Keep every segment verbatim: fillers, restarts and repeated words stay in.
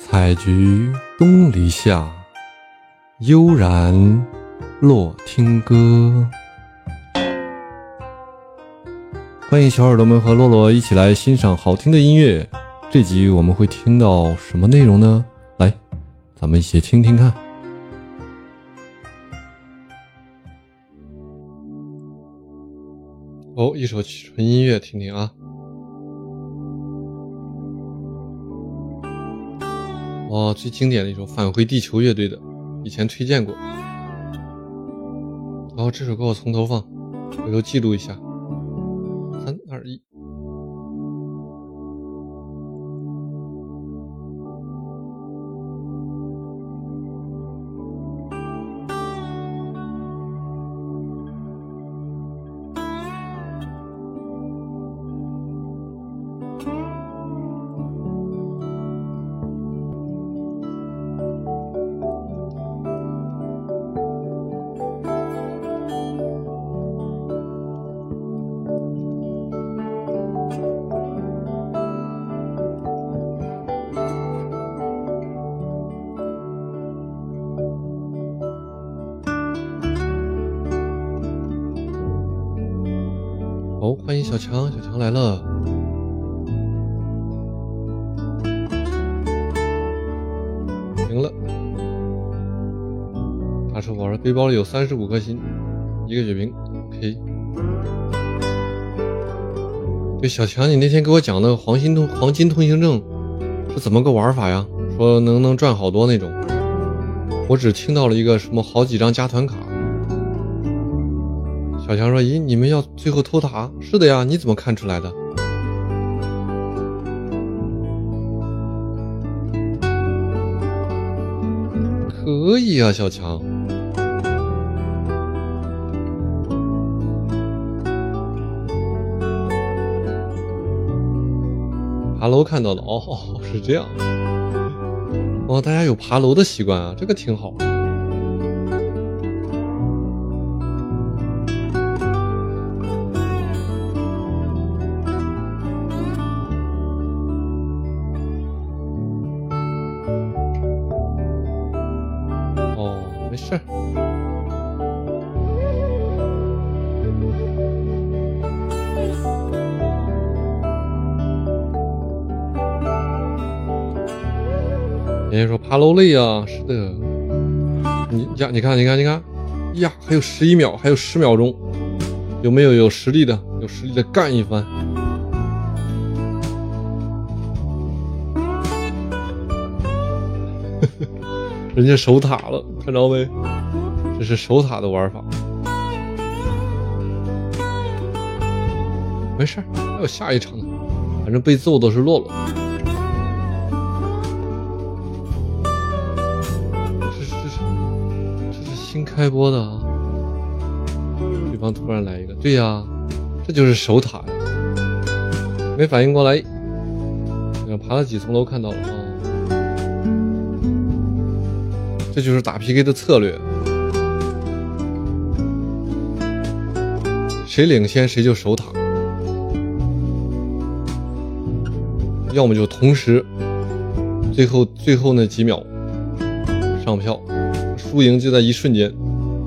采菊东篱下，悠然落听歌。欢迎小耳朵们和洛洛一起来欣赏好听的音乐。这集我们会听到什么内容呢？来，咱们一起听听看。哦，一首纯音乐，听听啊。哇，最经典的一首返回地球乐队的，以前推荐过。然后这首歌我从头放，回头记录一下。三二一。哦，欢迎小强，小强来了。赢了。大手宝的背包里有三十五颗心，一个血瓶。OK。对，小强，你那天给我讲的黄金通黄金通行证是怎么个玩法呀？说能能赚好多那种。我只听到了一个什么好几张加团卡。小强说：“咦，你们要最后偷塔？是的呀，你怎么看出来的？”可以啊，小强。爬楼看到了，哦，是这样。哦，大家有爬楼的习惯啊，这个挺好。没事。人家说爬楼累啊，是的。你呀，你看，你看，你看，呀，还有十一秒，还有十秒钟，有没有有实力的？有实力的干一番。人家守塔了，看着没？这是守塔的玩法。没事，还有下一场呢。反正被揍的是洛洛。这是这是这是新开播的啊！对方突然来一个，对呀，这就是守塔呀。没反应过来，你看爬了几层楼看到了啊。这就是打 P K 的策略，谁领先谁就守塔，要么就同时，最后最后那几秒上票，输赢就在一瞬间。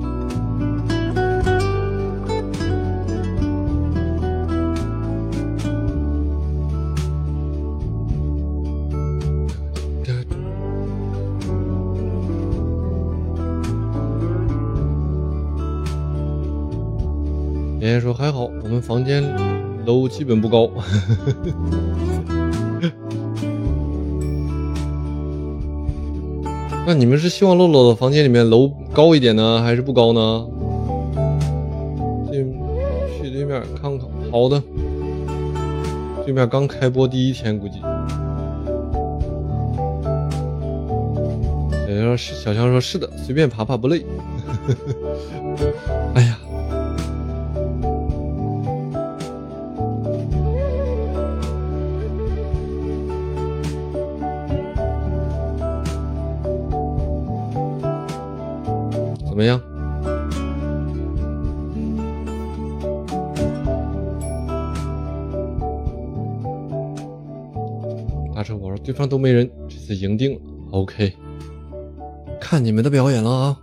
爷爷说还好，我们房间楼基本不高。那你们是希望洛洛的房间里面楼高一点呢，还是不高呢？对，去对面看看。好的，对面刚开播第一天，估计。小强说是，小强说是的，随便爬爬不累。哎呀。怎么样？ 大车宝说对方都没人，这次赢定了。 OK， 看你们的表演了啊！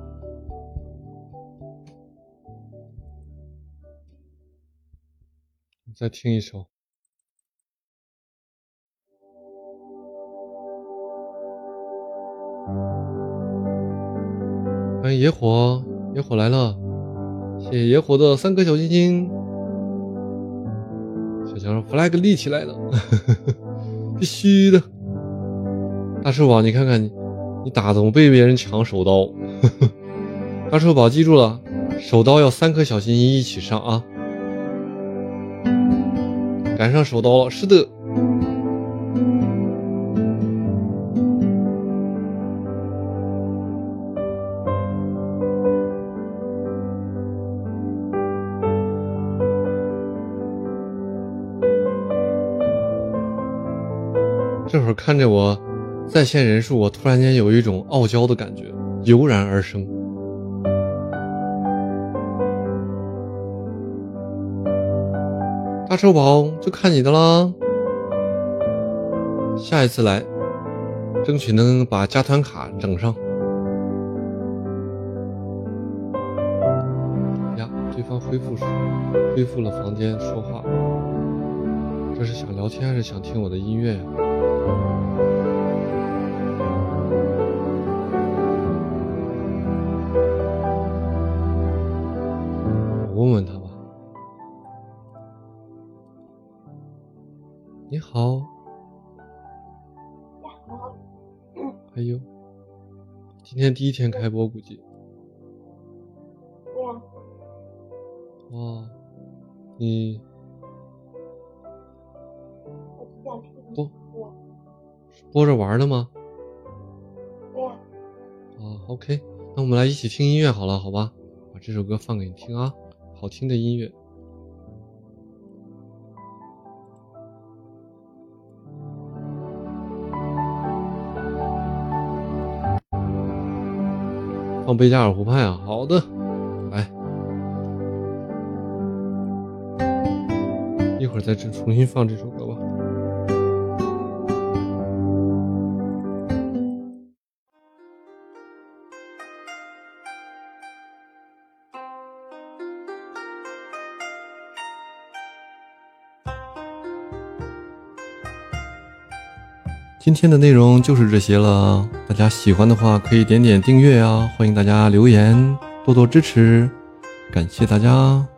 再听一首。欢迎野火，野火来了，谢谢野火的三颗小心心。小强说 flag 立起来了，必须的。大臭宝，你看看你，你打怎么被别人抢手刀？大臭宝记住了，手刀要三颗小心心一起上啊！赶上手刀了，是的。这会儿看着我在线人数，我突然间有一种傲娇的感觉油然而生。大臭宝就看你的啦，下一次来争取能把加团卡整上。呀，对方恢复恢复了房间说话，这是想聊天还是想听我的音乐呀？我问问他吧。你好。哎呦，今天第一天开播估计。 对呀。 哇，你播播着玩的吗？ 对呀。 啊 ，OK， 那我们来一起听音乐好了，好吧？把这首歌放给你听啊，好听的音乐。放贝加尔湖畔啊，好的，来，一会儿再重新放这首歌吧。今天的内容就是这些了，大家喜欢的话可以点点订阅啊，欢迎大家留言，多多支持，感谢大家。